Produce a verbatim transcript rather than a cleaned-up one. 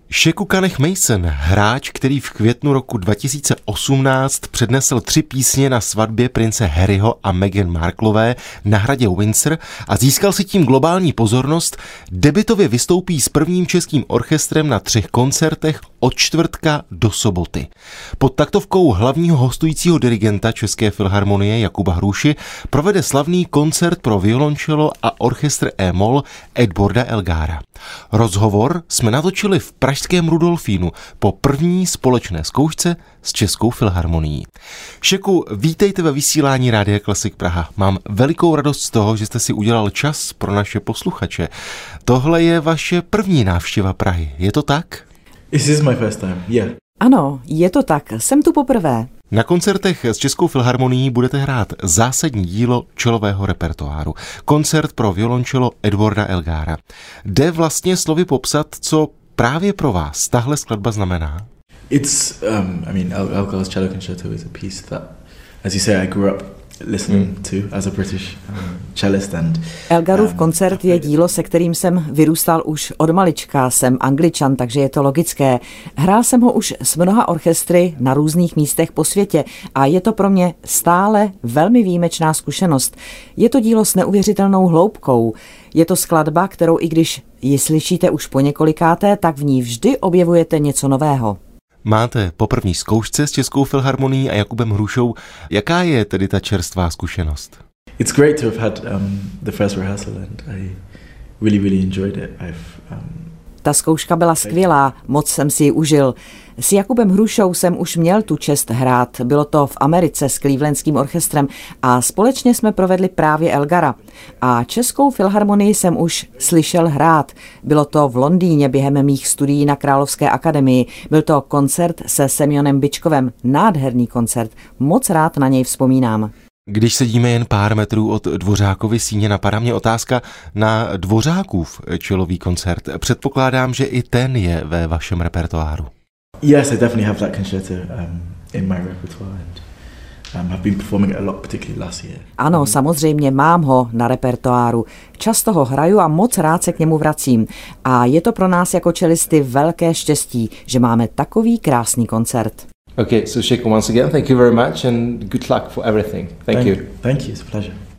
Sheku Kanneh-Mason, hráč, který v květnu roku dva tisíce osmnáct přednesl tři písně na svatbě prince Harryho a Meghan Marklové na hradě Windsor a získal si tím globální pozornost, debutově vystoupí s prvním českým orchestrem na třech koncertech od čtvrtka do soboty. Pod taktovkou hlavního hostujícího dirigenta České filharmonie Jakuba Hruši provede slavný koncert pro violoncello a orchestr E-moll Edwarda Elgara. Rozhovor jsme natočili v pražském Rudolfínu po první společné zkoušce s Českou filharmonií. Sheku, vítejte ve vysílání Rádia Klasik Praha. Mám velikou radost z toho, že jste si udělal čas pro naše posluchače. Tohle je vaše první návštěva Prahy, je to tak? This is my first time, yeah. Ano, je to tak, jsem tu poprvé. Na koncertech s Českou filharmonií budete hrát zásadní dílo čelového repertoáru. Koncert pro violoncello Edwarda Elgara. Jde vlastně slovy popsat, co právě pro vás tahle skladba znamená? It's, um, I mean, El- Elgar's Cello Concerto is a piece that, as you say, I grew up listening mm. to as a British um, cellist and Elgarův koncert je dílo, se kterým jsem vyrůstal už od malička. Jsem Angličan, takže je to logické. Hrál jsem ho už s mnoha orchestry na různých místech po světě a je to pro mě stále velmi výjimečná zkušenost. Je to dílo s neuvěřitelnou hloubkou. Je to skladba, kterou i když ji slyšíte už po několikáté, tak v ní vždy objevujete něco nového. Máte po první zkoušce s Českou filharmonií a Jakubem Hrušou. Jaká je tedy ta čerstvá zkušenost? It's great to have had um, the first rehearsal and I really, really enjoyed it. I've, um, Ta zkouška byla skvělá, moc jsem si ji užil. S Jakubem Hrušou jsem už měl tu čest hrát, bylo to v Americe s Clevelandským orchestrem a společně jsme provedli právě Elgara. A Českou filharmonii jsem už slyšel hrát, bylo to v Londýně během mých studií na Královské akademii, byl to koncert se Semjonem Byčkovem, nádherný koncert, moc rád na něj vzpomínám. Když sedíme jen pár metrů od Dvořákovy síně, napadá mě otázka na Dvořákův čelový koncert. Předpokládám, že i ten je ve vašem repertoáru. Yes, I definitely have that concerto um, in my repertoire and um, have been performing it a lot, particularly last year. Ano, samozřejmě mám ho na repertoáru. Často ho hraju a moc rád se k němu vracím. A je to pro nás jako čelisty velké štěstí, že máme takový krásný koncert. Okay, so Sheku, once again, thank you very much and good luck for everything. Thank, thank you. Thank you, it's a pleasure.